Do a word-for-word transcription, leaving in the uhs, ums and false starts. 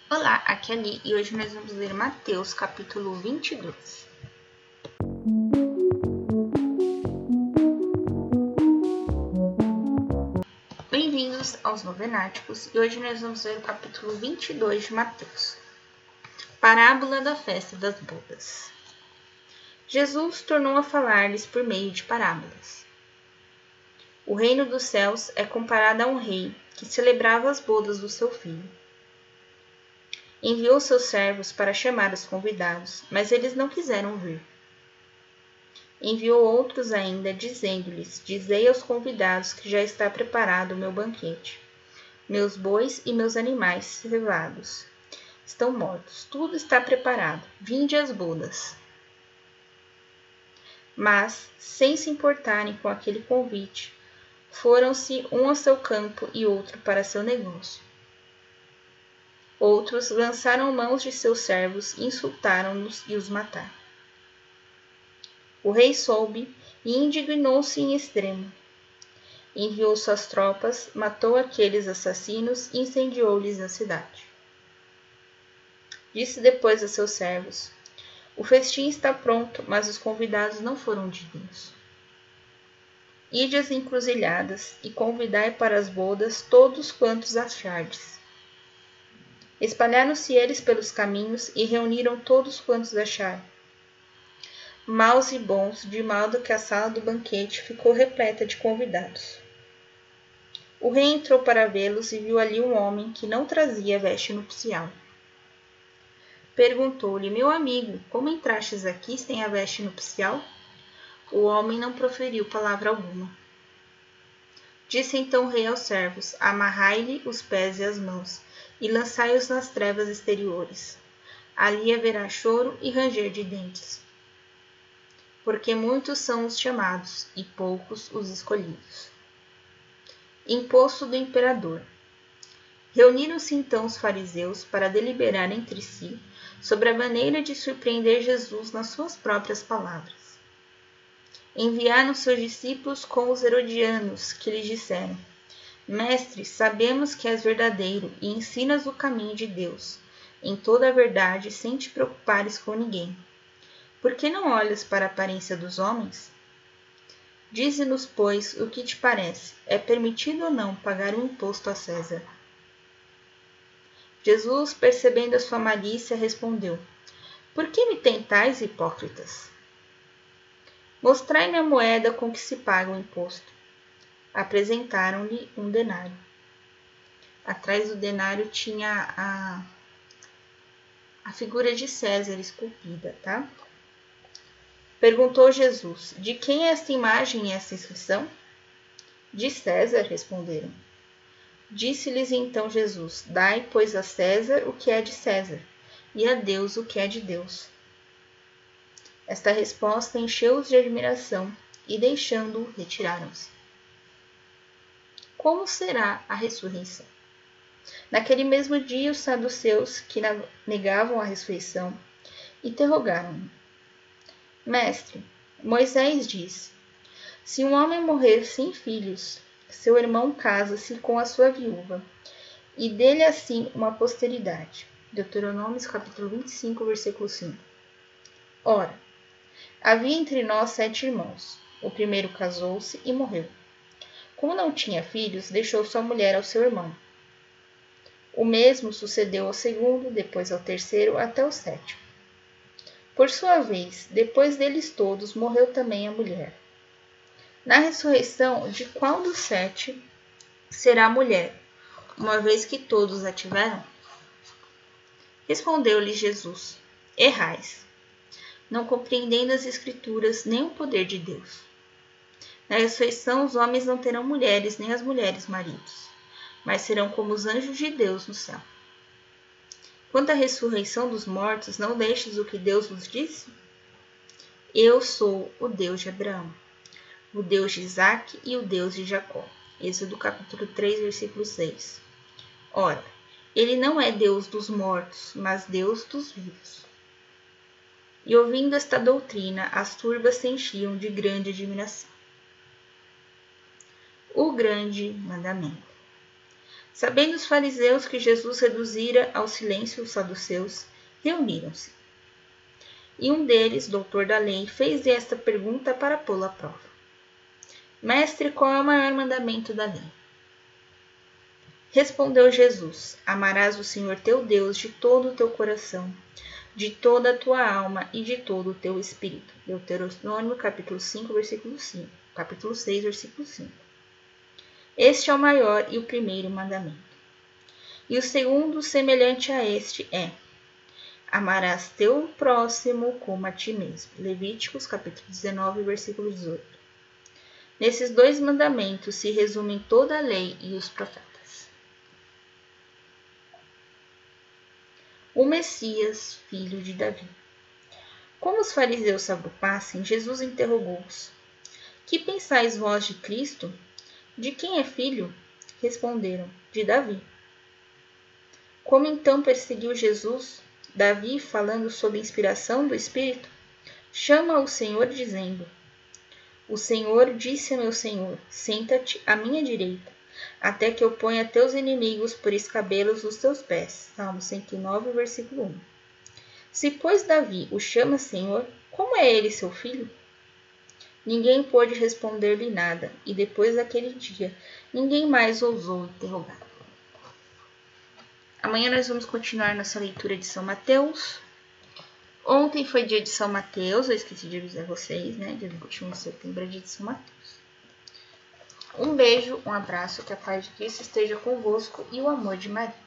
Olá, aqui é a Li e hoje nós vamos ler Mateus capítulo vinte e dois. Bem-vindos aos Novenáticos e hoje nós vamos ler o capítulo vinte e dois de Mateus. Parábola da festa das bodas. Jesus tornou a falar-lhes por meio de parábolas. O reino dos céus é comparado a um rei que celebrava as bodas do seu filho. Enviou seus servos para chamar os convidados, mas eles não quiseram vir. Enviou outros ainda, dizendo-lhes: Dizei aos convidados que já está preparado o meu banquete. Meus bois e meus animais cevados estão mortos, tudo está preparado, vinde às bodas. Mas, sem se importarem com aquele convite, foram-se um ao seu campo e outro para seu negócio. Outros lançaram mãos de seus servos, insultaram-nos e os mataram. O rei soube e indignou-se em extremo. Enviou suas tropas, matou aqueles assassinos e incendiou-lhes a cidade. Disse depois a seus servos: O festim está pronto, mas os convidados não foram dignos. Ide às encruzilhadas e convidai para as bodas todos quantos achardes. Espalharam-se eles pelos caminhos e reuniram todos quantos acharam, maus e bons, de modo que a sala do banquete ficou repleta de convidados. O rei entrou para vê-los e viu ali um homem que não trazia veste nupcial. Perguntou-lhe: Meu amigo, como entrastes aqui sem a veste nupcial? O homem não proferiu palavra alguma. Disse então o rei aos servos: Amarrai-lhe os pés e as mãos e lançai-os nas trevas exteriores. Ali haverá choro e ranger de dentes. Porque muitos são os chamados e poucos os escolhidos. Imposto do imperador. Reuniram-se então os fariseus para deliberar entre si sobre a maneira de surpreender Jesus nas suas próprias palavras. Enviaram seus discípulos com os herodianos, que lhes disseram: Mestre, sabemos que és verdadeiro e ensinas o caminho de Deus, em toda a verdade, sem te preocupares com ninguém. Por que não olhas para a aparência dos homens? Dize-nos, pois, o que te parece: é permitido ou não pagar um imposto a César? Jesus, percebendo a sua malícia, respondeu: Por que me tentais, hipócritas? Mostrai-me a moeda com que se paga o imposto. Apresentaram-lhe um denário. Atrás do denário tinha a, a figura de César esculpida, tá? Perguntou Jesus: De quem é esta imagem e esta inscrição? De César, responderam. Disse-lhes então Jesus: Dai, pois, a César o que é de César, e a Deus o que é de Deus. Esta resposta encheu-os de admiração, e deixando-o, retiraram-se. Como será a ressurreição? Naquele mesmo dia, os saduceus, que negavam a ressurreição, interrogaram-no: Mestre, Moisés diz: Se um homem morrer sem filhos, seu irmão casa-se com a sua viúva, e dele assim uma posteridade. Deuteronômio capítulo vinte e cinco, versículo cinco. Ora, havia entre nós sete irmãos. O primeiro casou-se e morreu. Como não tinha filhos, deixou sua mulher ao seu irmão. O mesmo sucedeu ao segundo, depois ao terceiro, até ao sétimo. Por sua vez, depois deles todos, morreu também a mulher. Na ressurreição, de qual dos sete será a mulher, uma vez que todos a tiveram? Respondeu-lhe Jesus: Errais, não compreendendo as Escrituras nem o poder de Deus. Na ressurreição, os homens não terão mulheres, nem as mulheres maridos, mas serão como os anjos de Deus no céu. Quanto à ressurreição dos mortos, não deixes o que Deus vos disse? Eu sou o Deus de Abraão, o Deus de Isaque e o Deus de Jacó. Êxodo capítulo três, versículo seis. Ora, ele não é Deus dos mortos, mas Deus dos vivos. E ouvindo esta doutrina, as turbas se enchiam de grande admiração. O grande mandamento. Sabendo os fariseus que Jesus reduzira ao silêncio os saduceus, reuniram-se. E um deles, doutor da lei, fez-lhe esta pergunta para pô-lo à prova: Mestre, qual é o maior mandamento da lei? Respondeu Jesus: Amarás o Senhor teu Deus de todo o teu coração, de toda a tua alma e de todo o teu espírito. Deuteronômio, capítulo cinco, versículo cinco. Capítulo seis, versículo cinco. Este é o maior e o primeiro mandamento. E o segundo, semelhante a este, é: Amarás teu próximo como a ti mesmo. Levíticos, capítulo dezenove, versículo dezoito. Nesses dois mandamentos se resumem toda a lei e os profetas. O Messias, filho de Davi. Como os fariseus se agrupassem, Jesus interrogou-os: Que pensais vós de Cristo? De quem é filho? Responderam: De Davi. Como então perseguiu Jesus, Davi, falando sob inspiração do Espírito? Chama o Senhor dizendo: O Senhor disse a meu Senhor: Senta-te à minha direita, até que eu ponha teus inimigos por escabelos dos teus pés. Salmo cento e nove, versículo um. Se, pois, Davi o chama Senhor, como é ele seu filho? Ninguém pôde responder-lhe nada, e depois daquele dia, ninguém mais ousou interrogar. Amanhã nós vamos continuar nossa leitura de São Mateus. Ontem foi dia de São Mateus, eu esqueci de avisar vocês, né? Dia vinte e um de setembro é dia de São Mateus. Um beijo, um abraço, que a paz de Cristo esteja convosco e o amor de Maria.